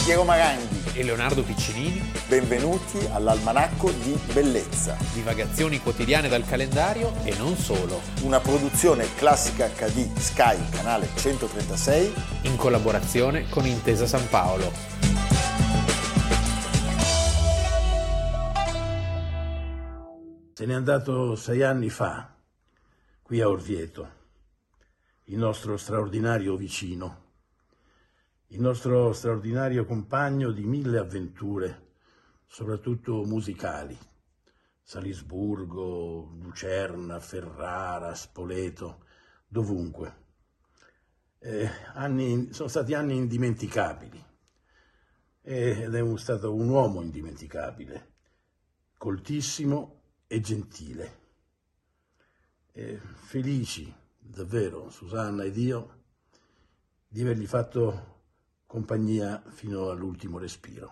Piero Maranghi e Leonardo Piccinini. Benvenuti all'Almanacco di Bellezza. Divagazioni quotidiane dal calendario e non solo. Una produzione Classica HD Sky, canale 136, in collaborazione con Intesa San Paolo. Se n'è andato 6 anni fa, qui a Orvieto, il nostro straordinario vicino, il nostro straordinario compagno di 1000 avventure, soprattutto musicali. Salisburgo, Lucerna, Ferrara, Spoleto, dovunque. Sono stati anni indimenticabili ed è stato un uomo indimenticabile, coltissimo e gentile. Felici, davvero, Susanna ed io, di avergli fatto compagnia fino all'ultimo respiro.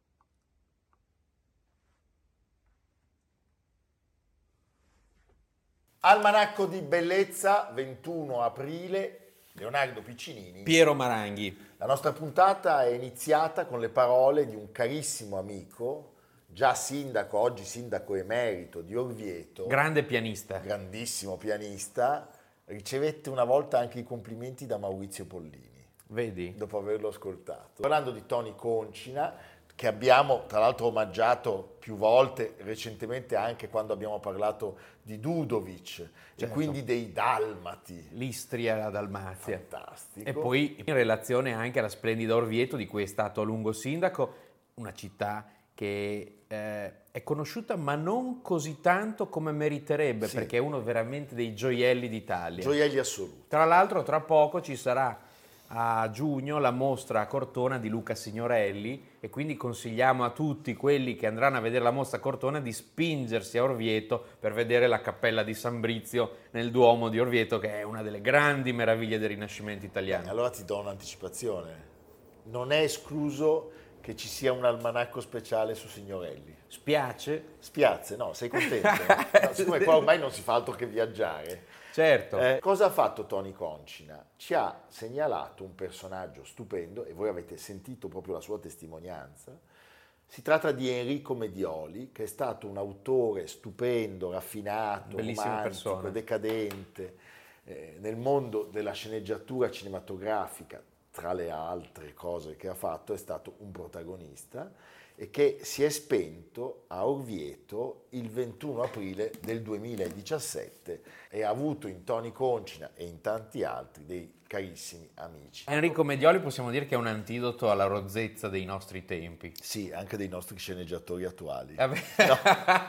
Almanacco di Bellezza, 21 aprile, Leonardo Piccinini. Piero Maranghi. La nostra puntata è iniziata con le parole di un carissimo amico, già sindaco, oggi sindaco emerito di Orvieto. Grande pianista. Grandissimo pianista. Ricevette una volta anche i complimenti da Maurizio Pollini. Vedi? Dopo averlo ascoltato. Parlando di Toni Concina, che abbiamo tra l'altro omaggiato più volte, recentemente anche quando abbiamo parlato di Dudovic, certo, e quindi dei Dalmati. L'Istria, la Dalmazia. Fantastico. E poi in relazione anche alla splendida Orvieto, di cui è stato a lungo sindaco, una città che è conosciuta ma non così tanto come meriterebbe, sì, perché è uno veramente dei gioielli d'Italia. Gioielli assoluti. Tra l'altro tra poco ci sarà a giugno la mostra a Cortona di Luca Signorelli e quindi consigliamo a tutti quelli che andranno a vedere la mostra a Cortona di spingersi a Orvieto per vedere la cappella di San Brizio nel Duomo di Orvieto, che è una delle grandi meraviglie del Rinascimento italiano. Allora ti do un'anticipazione, non è escluso che ci sia un almanacco speciale su Signorelli. Spiace? Spiazze, no, sei contento? No, siccome qua ormai non si fa altro che viaggiare. Certo. Cosa ha fatto Toni Concina? Ci ha segnalato un personaggio stupendo, e voi avete sentito proprio la sua testimonianza. Si tratta di Enrico Medioli, che è stato un autore stupendo, raffinato, bellissima romantico, persona, decadente, nel mondo della sceneggiatura cinematografica. Tra le altre cose che ha fatto, è stato un protagonista e che si è spento a Orvieto il 21 aprile del 2017 e ha avuto in Toni Concina e in tanti altri dei carissimi amici. Enrico Medioli possiamo dire che è un antidoto alla rozzezza dei nostri tempi. Sì, anche dei nostri sceneggiatori attuali. Vabbè. No.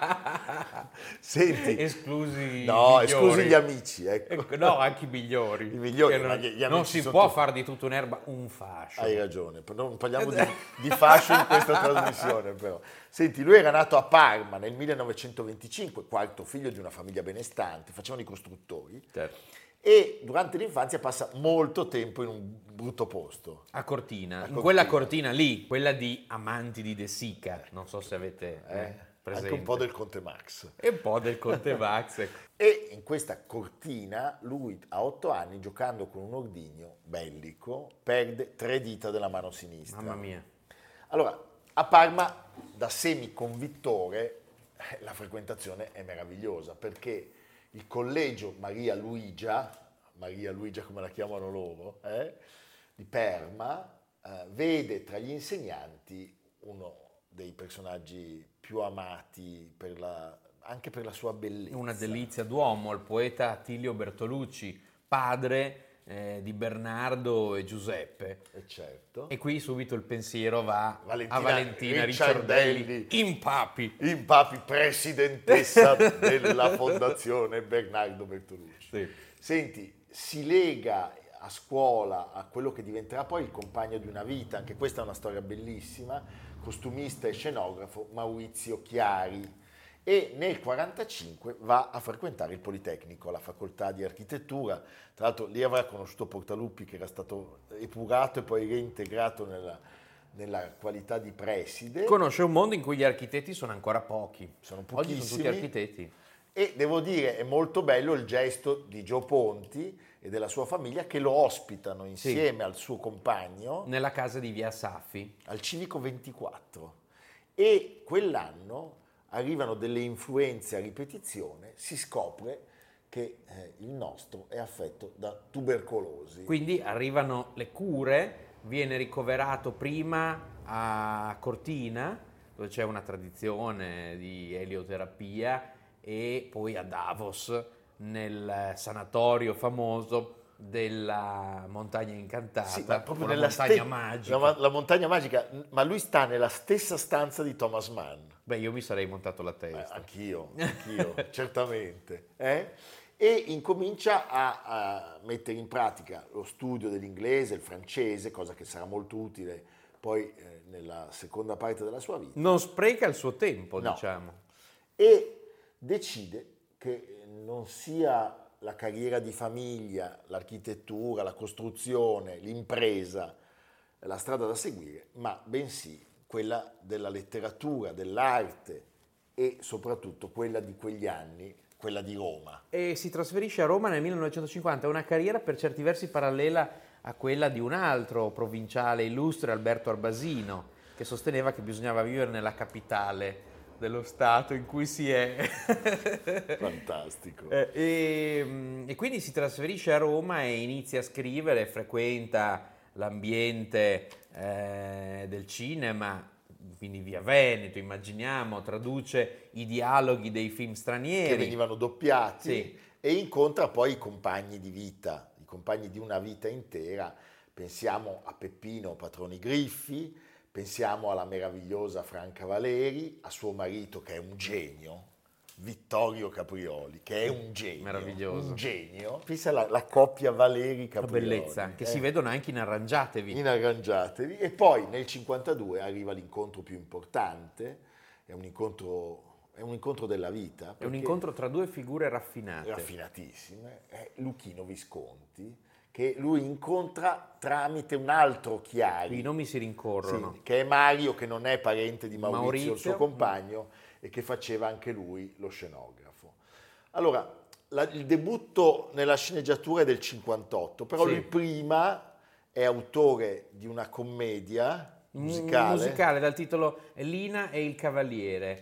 Senti, esclusi esclusi gli amici, ecco. No, anche i migliori. I migliori, non, ma gli non si può far di tutta un'erba un fascio. Hai ragione, non parliamo di fascio in questa trasmissione però. Senti, lui era nato a Parma nel 1925, quarto figlio di una famiglia benestante, facevano i costruttori. Certo. E durante l'infanzia passa molto tempo in un brutto posto. A Cortina, in quella Cortina lì, quella di Amanti di De Sica, non so se avete presente. Anche un po' del Conte Max. E un po' del Conte Max. E in questa Cortina lui a 8 anni, giocando con un ordigno bellico, perde 3 dita della mano sinistra. Mamma mia. Allora, a Parma da semiconvittore la frequentazione è meravigliosa, perché il collegio Maria Luigia come la chiamano loro, di Parma, vede tra gli insegnanti uno dei personaggi più amati anche per la sua bellezza. Una delizia d'uomo, il poeta Attilio Bertolucci, padre di Bernardo e Giuseppe. Certo. E qui subito il pensiero va a Ricciardelli, Valentina Ricciardelli, Impapi, presidentessa della Fondazione Bernardo Bertolucci. Sì. Senti, si lega a scuola a quello che diventerà poi il compagno di una vita, anche questa è una storia bellissima, costumista e scenografo Maurizio Chiari. E nel 1945 va a frequentare il Politecnico, la facoltà di architettura. Tra l'altro lì avrà conosciuto Portaluppi, che era stato epurato e poi reintegrato nella qualità di preside. Conosce un mondo in cui gli architetti sono ancora pochi. Sono pochissimi. Oggi sono tutti architetti. E devo dire, è molto bello il gesto di Gio Ponti e della sua famiglia che lo ospitano insieme al suo compagno Nella casa di Via Saffi. al Civico 24. E quell'anno arrivano delle influenze a ripetizione, si scopre che il nostro è affetto da tubercolosi. Quindi arrivano le cure, viene ricoverato prima a Cortina, dove c'è una tradizione di elioterapia, e poi a Davos, nel sanatorio famoso della montagna incantata, Sì, ma proprio la nella montagna magica. la montagna magica, ma lui sta nella stessa stanza di Thomas Mann. Beh, io mi sarei montato la testa. Anch'io, certamente. E incomincia a mettere in pratica lo studio dell'inglese, il francese, cosa che sarà molto utile poi nella seconda parte della sua vita. Non spreca il suo tempo, No. diciamo. E decide che non sia la carriera di famiglia, l'architettura, la costruzione, l'impresa, la strada da seguire, ma bensì quella della letteratura, dell'arte e soprattutto quella di quegli anni, quella di Roma. E si trasferisce a Roma nel 1950, una carriera per certi versi parallela a quella di un altro provinciale illustre, Alberto Arbasino, che sosteneva che bisognava vivere nella capitale dello Stato in cui si è. Fantastico. E quindi si trasferisce a Roma e inizia a scrivere, frequenta l'ambiente del cinema, quindi via Veneto, immaginiamo, traduce i dialoghi dei film stranieri. Che venivano doppiati, Sì. e incontra poi i compagni di vita, i compagni di una vita intera. Pensiamo a Peppino Patroni Griffi, pensiamo alla meravigliosa Franca Valeri, a suo marito che è un genio, Vittorio Caprioli, che è un genio. Meraviglioso. Un genio. Pensa la coppia Valeri-Caprioli. La bellezza, che si vedono anche in Arrangiatevi. In Arrangiatevi. E poi nel 52 arriva l'incontro più importante, è un incontro della vita. È un perché incontro tra due figure raffinate. raffinatissime, è Luchino Visconti, che lui incontra tramite un altro Chiari. I nomi si rincorrono. Sì, che è Mario, che non è parente di Maurizio, Maurizio. il suo compagno, e che faceva anche lui lo scenografo. Allora, il debutto nella sceneggiatura è del 58, però Sì. lui prima è autore di una commedia musicale. Dal titolo Lina e il Cavaliere.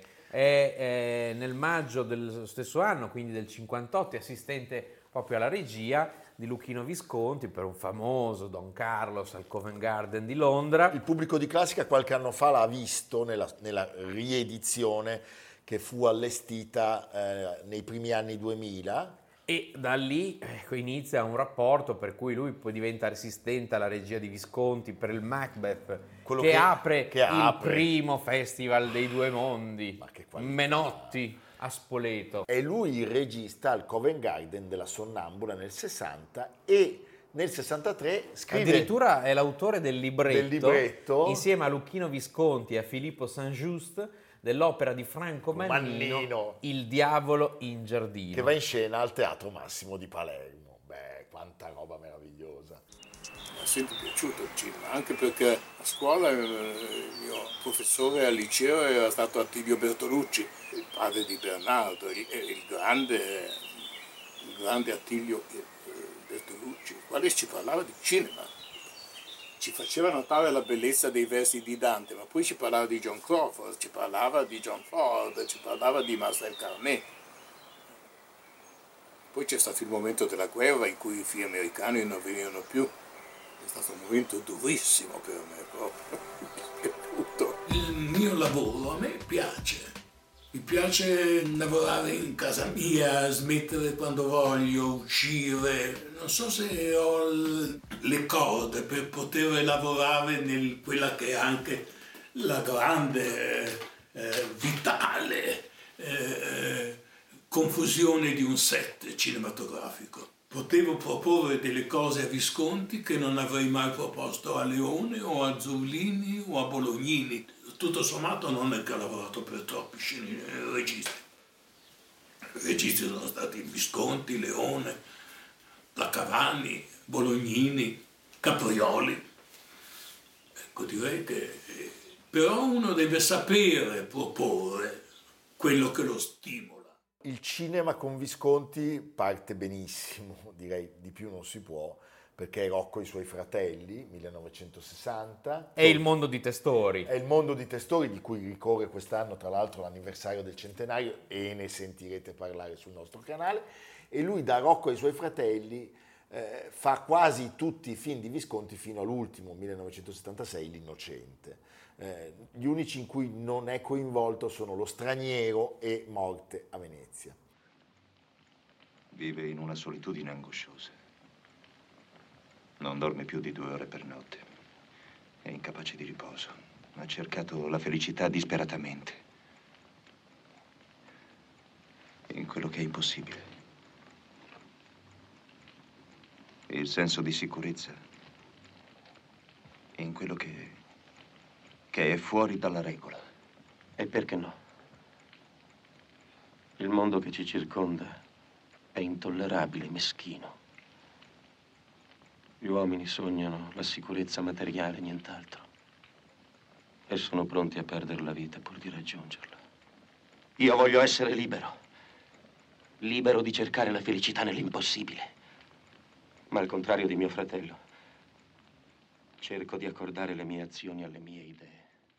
È nel maggio dello stesso anno, quindi del 58, è assistente proprio alla regia di Luchino Visconti per un famoso Don Carlos al Covent Garden di Londra. Il pubblico di classica qualche anno fa l'ha visto nella riedizione che fu allestita nei primi anni 2000. E da lì inizia un rapporto per cui lui poi diventa assistente alla regia di Visconti per il Macbeth, Quello che apre apre. il primo festival dei due mondi, Ma che qualità. Menotti a Spoleto. È lui il regista al Covent Garden della Sonnambula nel 60 e nel 63 scrive... Addirittura è l'autore del libretto, insieme a Luchino Visconti e a Filippo Saint-Just, dell'opera di Franco Mannino, Mannino. Il diavolo in giardino. che va in scena al Teatro Massimo di Palermo. Beh, quanta roba meravigliosa. Mi è sempre piaciuto il cinema, anche perché a scuola il mio professore al liceo era stato Attilio Bertolucci, il padre di Bernardo, il grande Attilio Bertolucci, il quale ci parlava di cinema. Ci faceva notare la bellezza dei versi di Dante, ma poi ci parlava di John Crawford, ci parlava di John Ford, ci parlava di Marcel Carné. Poi c'è stato il momento della guerra in cui i film americani non venivano più. È stato un momento durissimo per me proprio. Mi è piaciuto. Il mio lavoro a me piace. Mi piace lavorare in casa mia, smettere quando voglio, uscire. Non so se ho le corde per poter lavorare in quella che è anche la grande, vitale confusione di un set cinematografico. Potevo proporre delle cose a Visconti che non avrei mai proposto a Leone o a Zurlini o a Bolognini. Tutto sommato non è che ho lavorato per troppi registi. I registi sono stati Visconti, Leone, la Cavani, Bolognini, Caprioli. Ecco, direi che però uno deve sapere proporre quello che lo stimola. Il cinema con Visconti parte benissimo, direi di più non si può, perché è Rocco e i suoi fratelli, 1960. È il mondo di Testori. È il mondo di Testori, di cui ricorre quest'anno tra l'altro l'anniversario del centenario e ne sentirete parlare sul nostro canale. E lui da Rocco e i suoi fratelli fa quasi tutti i film di Visconti fino all'ultimo, 1976, L'Innocente. Gli unici in cui non è coinvolto sono Lo Straniero e Morte a Venezia. Vive in una solitudine angosciosa. Non dorme più di 2 ore per notte. È incapace di riposo. Ha cercato la felicità disperatamente. In quello che è impossibile. Il senso di sicurezza in quello che è fuori dalla regola. E perché no? Il mondo che ci circonda è intollerabile, meschino. Gli uomini sognano la sicurezza materiale, nient'altro. E sono pronti a perdere la vita pur di raggiungerla. Io voglio essere libero. Libero di cercare la felicità nell'impossibile. Ma al contrario di mio fratello, cerco di accordare le mie azioni alle mie idee.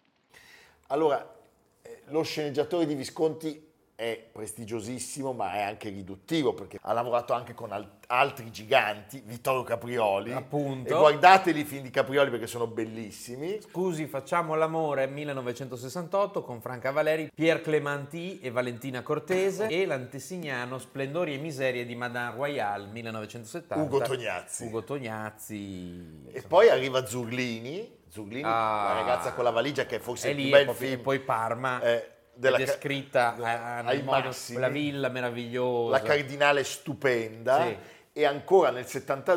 Allora, lo sceneggiatore di Visconti è prestigiosissimo, ma è anche riduttivo, perché ha lavorato anche con altri giganti, Vittorio Caprioli. Appunto. E guardateli i film di Caprioli perché sono bellissimi. Scusi, facciamo l'amore 1968 con Franca Valeri, Pierre Clémenty e Valentina Cortese, e l'antesignano Splendori e miserie di Madame Royale 1970. Ugo Tognazzi. Ugo Tognazzi. E poi arriva Zurlini, La ragazza con la valigia, che è forse il più bel film. E poi Parma. Ed è scritta nel modo, quella villa meravigliosa. La Cardinale stupenda, sì. E ancora nel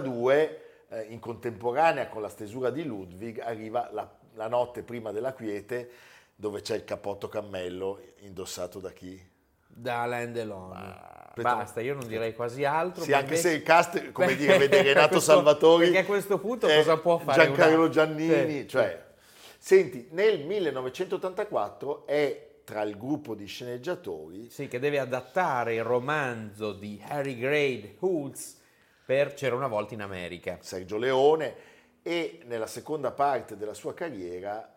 72, in contemporanea con la stesura di Ludwig, arriva la notte prima della quiete, dove c'è il cappotto cammello indossato da chi? Da Alain Delon. Basta, io non direi quasi altro. Sì, anche se il cast, come dire, vede Renato Salvatori. Perché a questo punto cosa può fare? Giancarlo Giannini. Sì, cioè. Senti, nel 1984 è tra il gruppo di sceneggiatori che deve adattare il romanzo di Harry Gray Hulse per C'era una volta in America, Sergio Leone, e nella seconda parte della sua carriera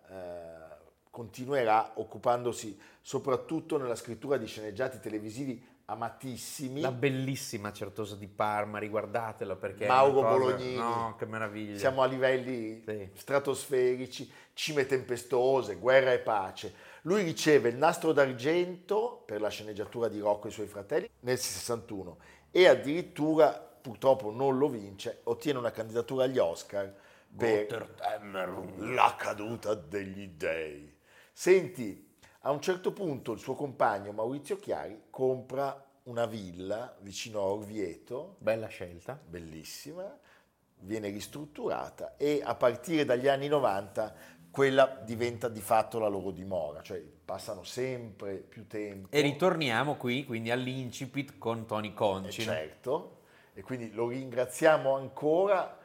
continuerà occupandosi soprattutto nella scrittura di sceneggiati televisivi amatissimi. La bellissima Certosa di Parma, riguardatela perché Mauro è una cosa, Bolognini, no, che meraviglia. Siamo a livelli stratosferici. Cime tempestose, Guerra e pace. Lui riceve il Nastro d'Argento per la sceneggiatura di Rocco e i suoi fratelli nel 61 e addirittura, purtroppo non lo vince, ottiene una candidatura agli Oscar per La caduta degli dei. Senti, a un certo punto il suo compagno Maurizio Chiari compra una villa vicino a Orvieto. Bella scelta. Bellissima, viene ristrutturata e a partire dagli anni 90 quella diventa di fatto la loro dimora, cioè passano sempre più tempo. E ritorniamo qui quindi all'incipit con Tony Concin. Certo, e quindi lo ringraziamo ancora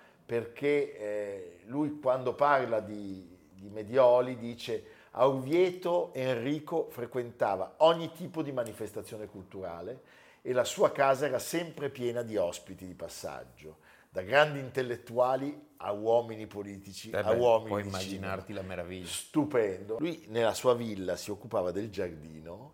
perché lui quando parla di Medioli dice: a Orvieto Enrico frequentava ogni tipo di manifestazione culturale e la sua casa era sempre piena di ospiti di passaggio, da grandi intellettuali a uomini politici, a uomini puoi di immaginarti cinema. la meraviglia. Stupendo. Lui nella sua villa si occupava del giardino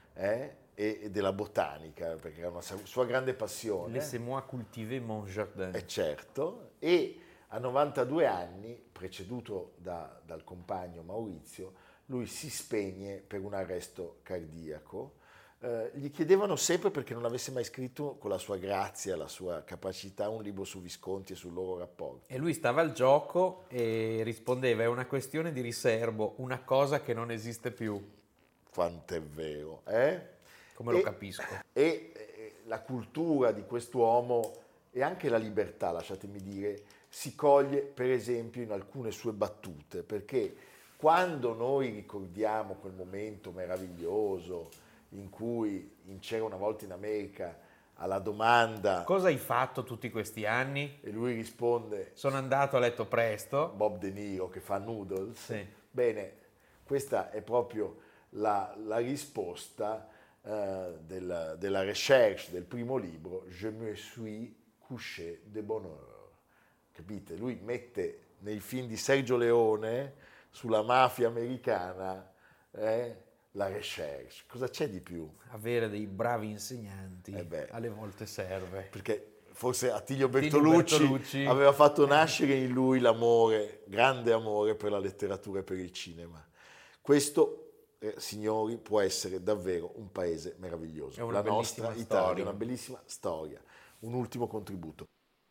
e della botanica, perché era una sua grande passione. Laissez-moi cultiver mon jardin. Certo, e a 92 anni, preceduto dal compagno Maurizio, lui si spegne per un arresto cardiaco. Gli chiedevano sempre perché non avesse mai scritto, con la sua grazia, la sua capacità, un libro su Visconti e sul loro rapporto. E lui stava al gioco e rispondeva: è una questione di riservo, una cosa che non esiste più. Quant'è vero, Come lo capisco. E la cultura di quest'uomo e anche la libertà, lasciatemi dire, si coglie per esempio in alcune sue battute, perché quando noi ricordiamo quel momento meraviglioso in cui in C'era una volta in America, alla domanda cosa hai fatto tutti questi anni? E lui risponde: sono andato a letto presto. Bob De Niro che fa Noodles. Sì. Bene, questa è proprio la risposta della recherche del primo libro, Je me suis couché de bonne heure. Capite? Lui mette nei film di Sergio Leone sulla mafia americana la recherche. Cosa c'è di più? Avere dei bravi insegnanti alle volte serve. Perché forse Attilio Bertolucci aveva fatto nascere in lui l'amore, grande amore per la letteratura e per il cinema. Questo, signori, può essere davvero un paese meraviglioso. La nostra Italia, una bellissima storia. Un ultimo contributo.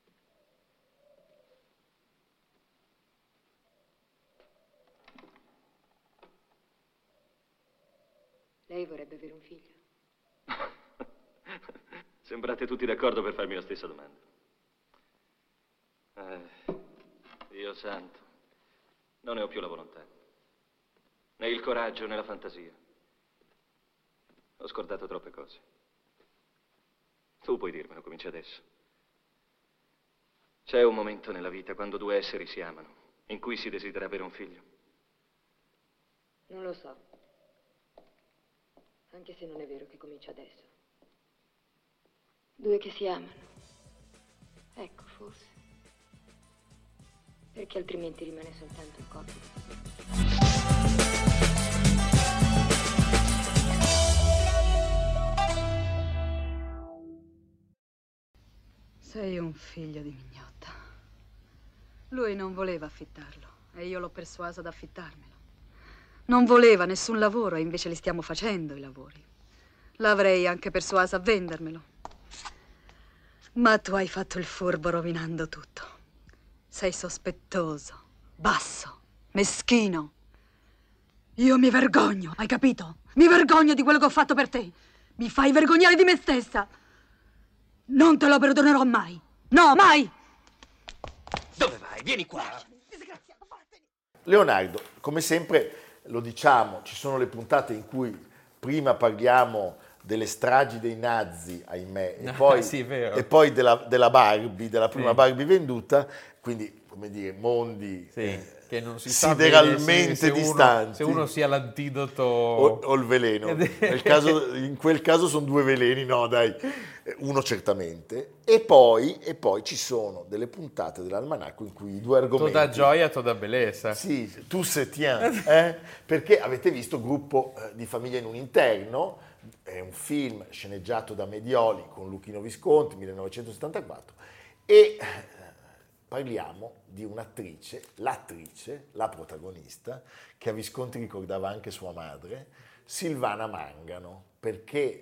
Lei vorrebbe avere un figlio? Sembrate tutti d'accordo per farmi la stessa domanda. Dio santo, non ne ho più la volontà, né il coraggio né la fantasia. Ho scordato troppe cose. Tu puoi dirmelo, comincia adesso. C'è un momento nella vita quando due esseri si amano, in cui si desidera avere un figlio? Non lo so. Anche se non è vero che comincia adesso. Due che si amano. Ecco, forse. Perché altrimenti rimane soltanto il corpo. Sei un figlio di mignotta. Lui non voleva affittarlo e io l'ho persuaso ad affittarmelo. Non voleva nessun lavoro e invece li stiamo facendo i lavori. L'avrei anche persuasa a vendermelo. Ma tu hai fatto il furbo rovinando tutto. Sei sospettoso, basso, meschino. Io mi vergogno, hai capito? Mi vergogno di quello che ho fatto per te. Mi fai vergognare di me stessa. Non te lo perdonerò mai. No, mai! Dove vai? Vieni qua! Leonardo, come sempre lo diciamo, ci sono le puntate in cui prima parliamo delle stragi dei nazi, ahimè, e poi, sì, vero. E poi della Barbie, della prima Barbie venduta, quindi, come dire, mondi che non si sideralmente sa bene distanti. Se uno sia l'antidoto o il veleno. In quel caso sono due veleni, no dai, uno certamente. E poi ci sono delle puntate dell'almanacco in cui i due argomenti... Toda gioia, toda bellezza. Sì, tu se tiens, perché avete visto Gruppo di famiglia in un interno, è un film sceneggiato da Medioli con Luchino Visconti, 1974, e parliamo di un'attrice, la protagonista, che a Visconti ricordava anche sua madre, Silvana Mangano, perché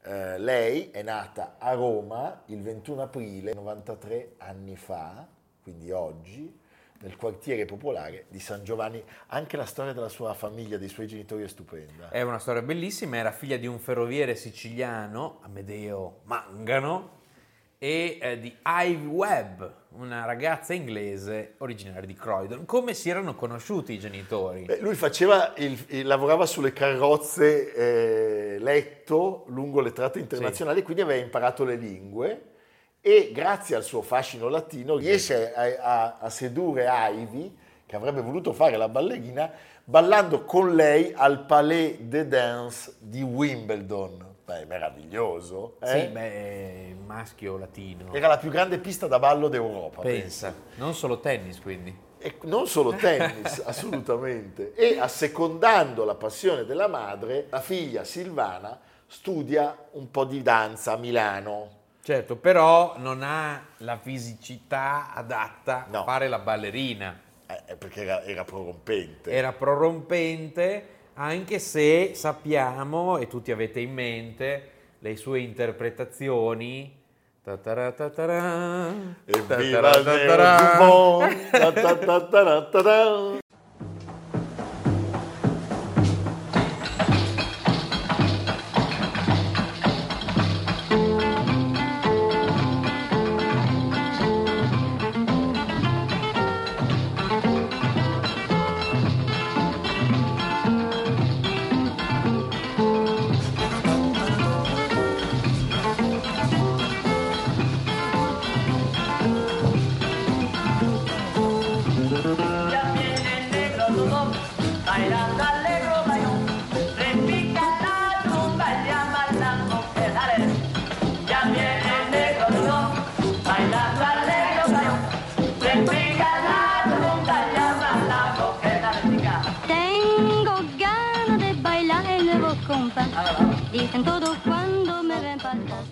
lei è nata a Roma il 21 aprile, 93 anni fa, quindi oggi, nel quartiere popolare di San Giovanni. Anche la storia della sua famiglia, dei suoi genitori è stupenda. È una storia bellissima, era figlia di un ferroviere siciliano, Amedeo Mangano, e di Ivy Webb, una ragazza inglese originaria di Croydon. Come si erano conosciuti i genitori? Lui lavorava sulle carrozze letto lungo le tratte internazionali, quindi aveva imparato le lingue e grazie al suo fascino latino riesce a sedurre Ivy, che avrebbe voluto fare la ballerina, ballando con lei al Palais de Danse di Wimbledon. Beh, meraviglioso. Sì, maschio latino. Era la più grande pista da ballo d'Europa. Pensa. Non solo tennis, quindi. E non solo tennis, assolutamente. E assecondando la passione della madre, la figlia Silvana studia un po' di danza a Milano. Certo, però non ha la fisicità adatta a fare la ballerina. Perché era prorompente. Era prorompente, anche se sappiamo, e tutti avete in mente, le sue interpretazioni. Evviva Neo Dumont! en todo cuando me ven pasar.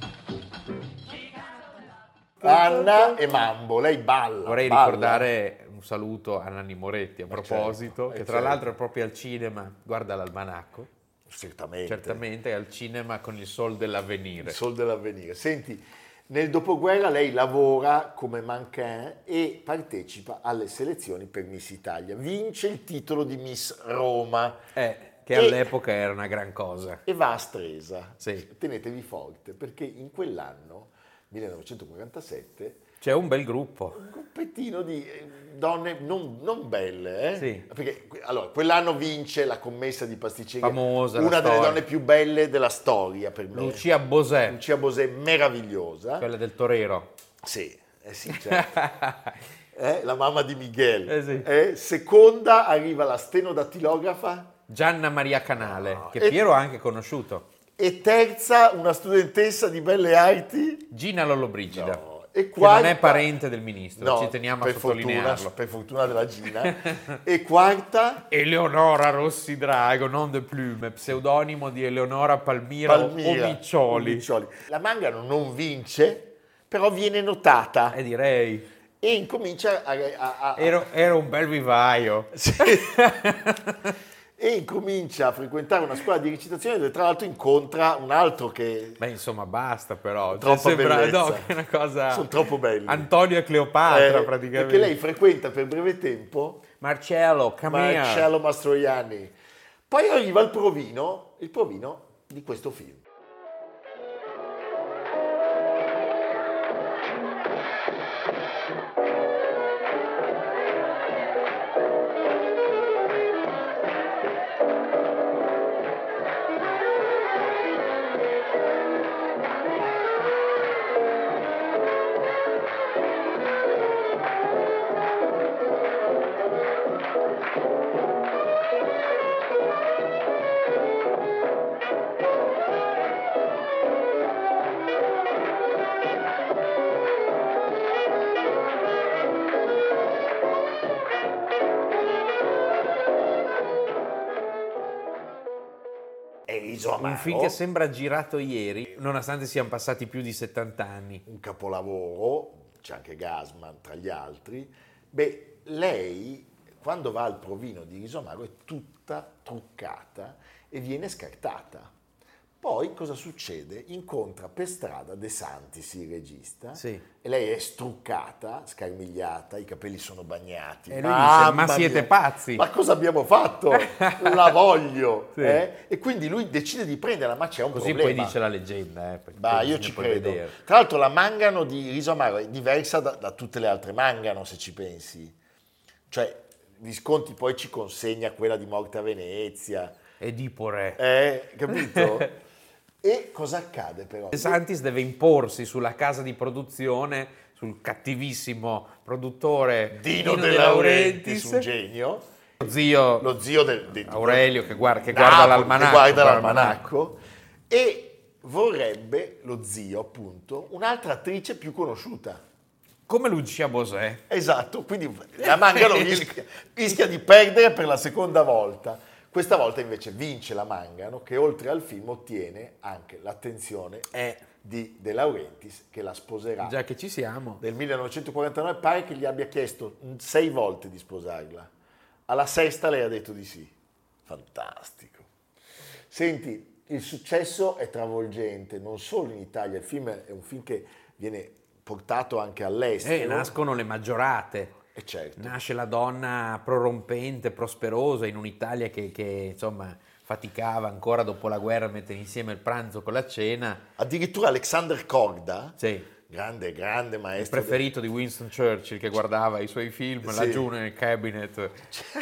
Anna e Mambo, lei balla. Vorrei balla. ricordare un saluto a Nanni Moretti a proposito, certo, che tra certo. l'altro è proprio al cinema, guarda l'almanacco, certamente è al cinema con il Sol dell'Avvenire. Il Sol dell'Avvenire. Senti, nel dopoguerra lei lavora come mannequin e partecipa alle selezioni per Miss Italia. Vince il titolo di Miss Roma. Che all'epoca era una gran cosa. E va a Stresa. Sì. Tenetevi forte, perché in quell'anno, 1947, c'è un bel gruppo. Un gruppettino di donne non belle, Sì. Perché allora, quell'anno vince la commessa di pasticceria, Famosa, una la delle storia. donne più belle della storia per me. Lucia Bosè. Lucia Bosè, meravigliosa. Quella del Torero. Sì, sì, certo. La mamma di Miguel. Sì. Seconda arriva la stenodattilografa. Gianna Maria Canale, che Piero ha anche conosciuto. E terza, una studentessa di belle arti. Gina Lollobrigida. No. E che non è parente del ministro, ci teniamo a sottolinearlo. Per fortuna della Gina. E quarta? Eleonora Rossi Drago, non de plume, pseudonimo di Eleonora Palmira Omiccioli. La Mangano non vince, però viene notata. Direi. E incomincia Era un bel vivaio. Sì. E incomincia a frequentare una scuola di recitazione dove tra l'altro incontra un altro che... Beh, insomma, basta però. Troppa bellezza. No, che è una cosa... Sono troppo belli. Antonio e Cleopatra, praticamente. Perché lei frequenta per breve tempo... Marcello Mastroianni. Poi arriva il provino di questo film. Un film che sembra girato ieri, nonostante siano passati più di 70 anni. Un capolavoro, c'è anche Gassman tra gli altri. Beh, lei, quando va al provino di Riso Amaro, è tutta truccata e viene scartata. Poi cosa succede? Incontra per strada De Santis, il regista, e lei è struccata, scarmigliata, i capelli sono bagnati. E lui dice, ma siete pazzi? Ma cosa abbiamo fatto? La voglio! Sì. E quindi lui decide di prenderla, ma c'è un problema. Così poi dice la leggenda. Io ci credo. Tra l'altro la Mangano di Riso Amaro è diversa da tutte le altre Mangano, se ci pensi. Cioè, Visconti poi ci consegna quella di Morte a Venezia. Edipo Re. Capito? E cosa accade però? De Santis deve imporsi sulla casa di produzione, sul cattivissimo produttore Dino De Laurentiis, un genio. Lo zio di Aurelio che guarda l'almanacco. E vorrebbe lo zio, appunto, un'altra attrice più conosciuta. Come Lucia Bosè. Esatto, quindi la Mangano rischia di perdere per la seconda volta. Questa volta invece vince la Mangano, che oltre al film ottiene anche l'attenzione di De Laurentiis, che la sposerà. Già che ci siamo. Nel 1949 pare che gli abbia chiesto 6 volte di sposarla. Alla sesta lei ha detto di sì. Fantastico. Senti, il successo è travolgente, non solo in Italia, il film è un film che viene portato anche all'estero. Nascono le maggiorate. Certo. Nasce la donna prorompente, prosperosa in un'Italia che insomma faticava ancora dopo la guerra a mettere insieme il pranzo con la cena. Addirittura Alexander Korda, grande maestro. Il preferito di Winston Churchill, che guardava i suoi film laggiù nel cabinet.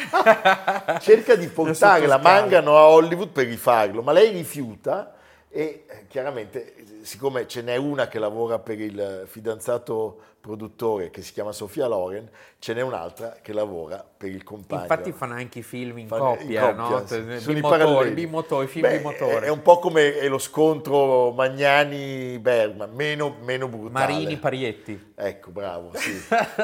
Cerca di portare la Mangano a Hollywood per rifarlo, ma lei rifiuta e chiaramente, siccome ce n'è una che lavora per il fidanzato produttore che si chiama Sofia Loren, ce n'è un'altra che lavora per il compagno. Infatti fanno anche i film in coppia, no? Sì. Film di motore. È un po' come lo scontro Magnani-Bergman, meno brutale. Marini-Parietti. Ecco, bravo, sì.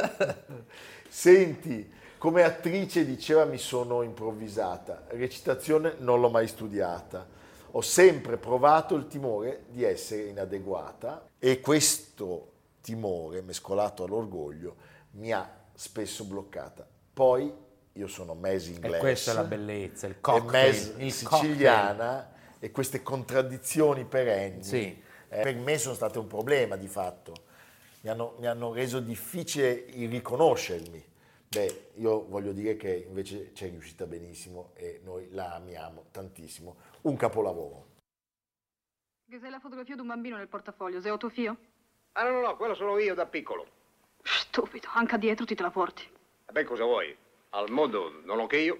Senti, come attrice diceva mi sono improvvisata, recitazione non l'ho mai studiata. ho sempre provato il timore di essere inadeguata e questo timore mescolato all'orgoglio mi ha spesso bloccata. Poi io sono Mess inglese. E questa è la bellezza, il e cocktail. Mess Il siciliana e queste contraddizioni perenni Sì. per me sono state un problema di fatto. Mi hanno reso difficile il riconoscermi. Beh, io voglio dire che invece c'è riuscita benissimo e noi la amiamo tantissimo. Un capolavoro. Che sei la fotografia di un bambino nel portafoglio, sei tuo figlio? Ah no, quello sono io da piccolo. Stupido, anche dietro ti te la porti. Beh, cosa vuoi? Al mondo non ho che io.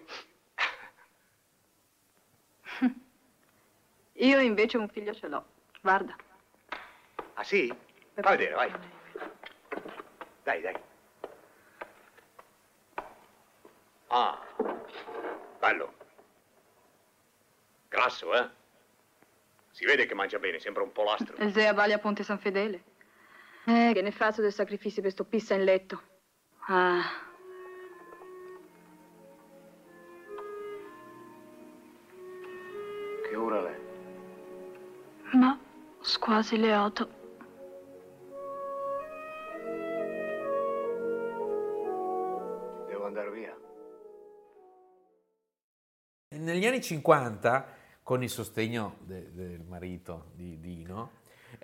Io invece un figlio ce l'ho, guarda. Ah sì? Vai a vedere, vai. Dai. Ah, bello. Grasso, eh? Si vede che mangia bene, sembra un polastro. E Zea Bali a Ponte San Fedele. Che ne faccio del sacrificio per sto pissa in letto. Ah. Che ora è? Ma quasi le 8. Devo andare via. Negli anni 50, con il sostegno del marito di Dino,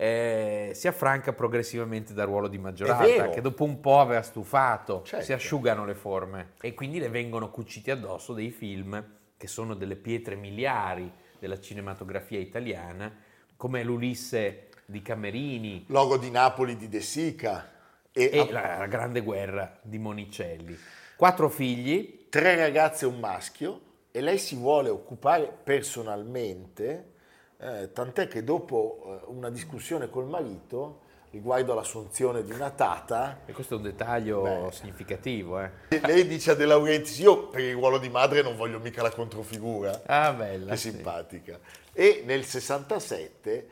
si affranca progressivamente dal ruolo di È maggiorata, vero. che dopo un po' aveva stufato, Certo. si asciugano le forme e quindi le vengono cuciti addosso dei film che sono delle pietre miliari della cinematografia italiana, come l'Ulisse di Camerini Logo di Napoli di De Sica e la Grande Guerra di Monicelli. 4 figli, 3 ragazze e un maschio e lei si vuole occupare personalmente, tant'è che dopo una discussione col marito riguardo all'assunzione di una tata, e questo è un dettaglio significativo. lei dice a De Laurentiis: io per il ruolo di madre non voglio mica la controfigura. Ah, bella. Che sì. simpatica. E nel 67,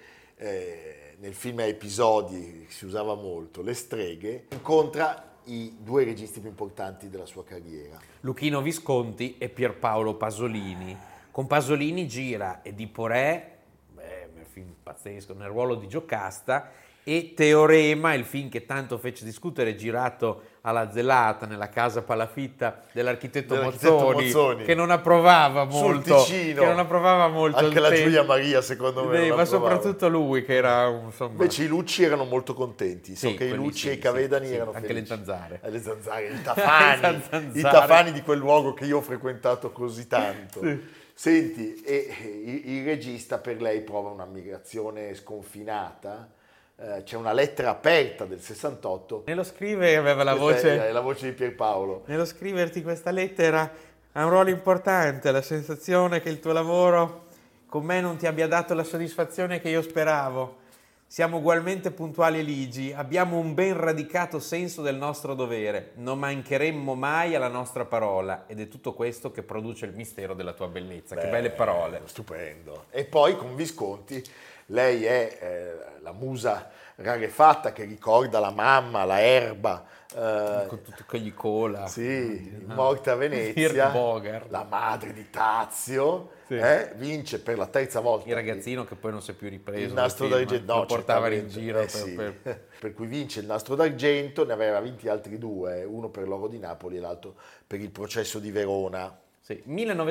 nel film a episodi si usava molto, Le streghe, incontra i 2 registi più importanti della sua carriera. Luchino Visconti e Pierpaolo Pasolini. Con Pasolini gira Edipo Re, un film pazzesco, nel ruolo di Giocasta, e Teorema, il film che tanto fece discutere, girato alla Zelata, nella casa palafitta dell'architetto Mozzoni, che non approvava molto. Sul Ticino. Che non approvava molto Anche il la tema. Giulia Maria, secondo me, non Ma approvava. soprattutto lui, che era insomma... Invece i Lucci erano molto contenti, so Sì, che i quelli Lucci sì, e i Cavedani sì, erano anche felici. le zanzare. Le zanzare, i Tafani, Le zanzare. i Tafani di quel luogo che io ho frequentato così tanto. Sì. Senti, il regista per lei prova un'ammirazione sconfinata. C'è una lettera aperta del 68. Nello scrivere aveva la Questa voce... è la voce di Pierpaolo. Nello scriverti questa lettera ha un ruolo importante, la sensazione che il tuo lavoro con me non ti abbia dato la soddisfazione che io speravo. Siamo ugualmente puntuali e ligi, abbiamo un ben radicato senso del nostro dovere, non mancheremmo mai alla nostra parola ed è tutto questo che produce il mistero della tua bellezza. Che belle parole. Stupendo. E poi con Visconti lei è la musa rarefatta che ricorda la mamma, la Erba, con tutto che gli cola. Sì, morta a Venezia, Kurt Bogart. la madre di Tazio, Sì. vince per la terza volta Il ragazzino che poi non si è più ripreso. il nastro dal film, d'argento, lo portavano in giro sì. per... Per cui vince il nastro d'argento, ne aveva vinti altri 2, uno per l'Oro di Napoli e l'altro per il processo di Verona. Sì.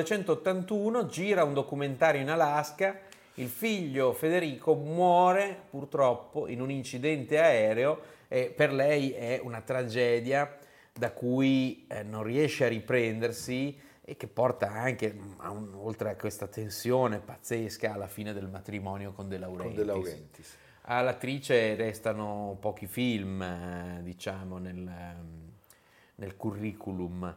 1981 gira un documentario in Alaska, il figlio Federico muore purtroppo in un incidente aereo e per lei è una tragedia da cui non riesce a riprendersi e che porta anche, oltre a questa tensione pazzesca, alla fine del matrimonio con De Laurentiis. All'attrice restano pochi film, diciamo, nel curriculum.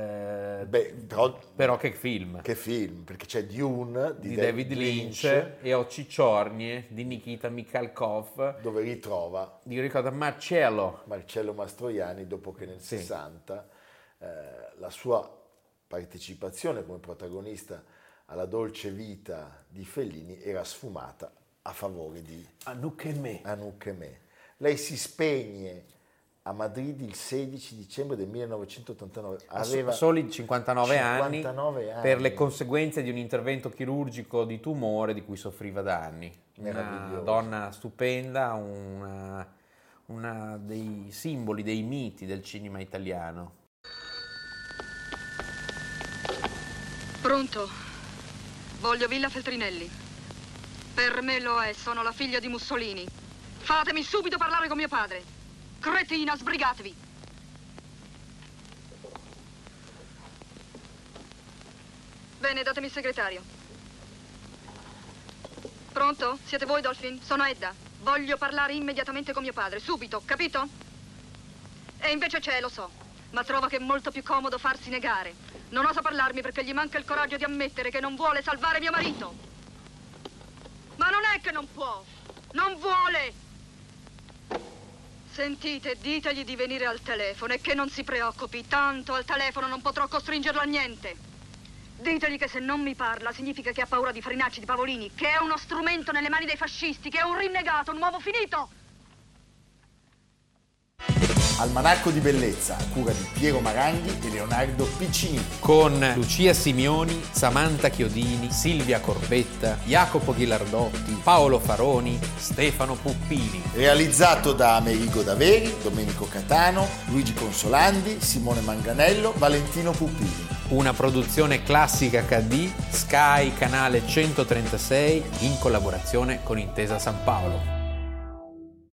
Però che film? Che film, perché c'è Dune di David Lynch e Ho Cicciornie di Nikita Mikhalkov, dove ritrova Marcello Mastroianni dopo che nel 60 la sua partecipazione come protagonista alla dolce vita di Fellini era sfumata a favore di Anouk Aimée. Lei si spegne a Madrid il 16 dicembre del 1989. Aveva soli 59 anni per le anni. conseguenze di un intervento chirurgico di tumore di cui soffriva da anni. Una donna stupenda, una dei simboli, dei miti del cinema italiano. Pronto? Voglio Villa Feltrinelli. Per me lo è, sono la figlia di Mussolini. Fatemi subito parlare con mio padre. Cretina, sbrigatevi. Bene, datemi il segretario. Pronto? Siete voi, Dolphin? Sono Edda. Voglio parlare immediatamente con mio padre, subito, capito? E invece c'è, lo so, ma trova che è molto più comodo farsi negare. Non osa parlarmi perché gli manca il coraggio di ammettere che non vuole salvare mio marito. Ma non è che non può, non vuole. Sentite, ditegli di venire al telefono e che non si preoccupi, tanto al telefono non potrò costringerlo a niente. Ditegli che se non mi parla significa che ha paura di Farinacci, di Pavolini, che è uno strumento nelle mani dei fascisti, che è un rinnegato, un uomo finito. Almanacco di bellezza, a cura di Piero Maranghi e Leonardo Piccini. Con Lucia Simioni, Samantha Chiodini, Silvia Corbetta, Jacopo Ghilardotti, Paolo Faroni, Stefano Puppini. Realizzato da Amerigo Daveri, Domenico Catano, Luigi Consolandi, Simone Manganello, Valentino Puppini. Una produzione Classica HD, Sky Canale 136, in collaborazione con Intesa San Paolo.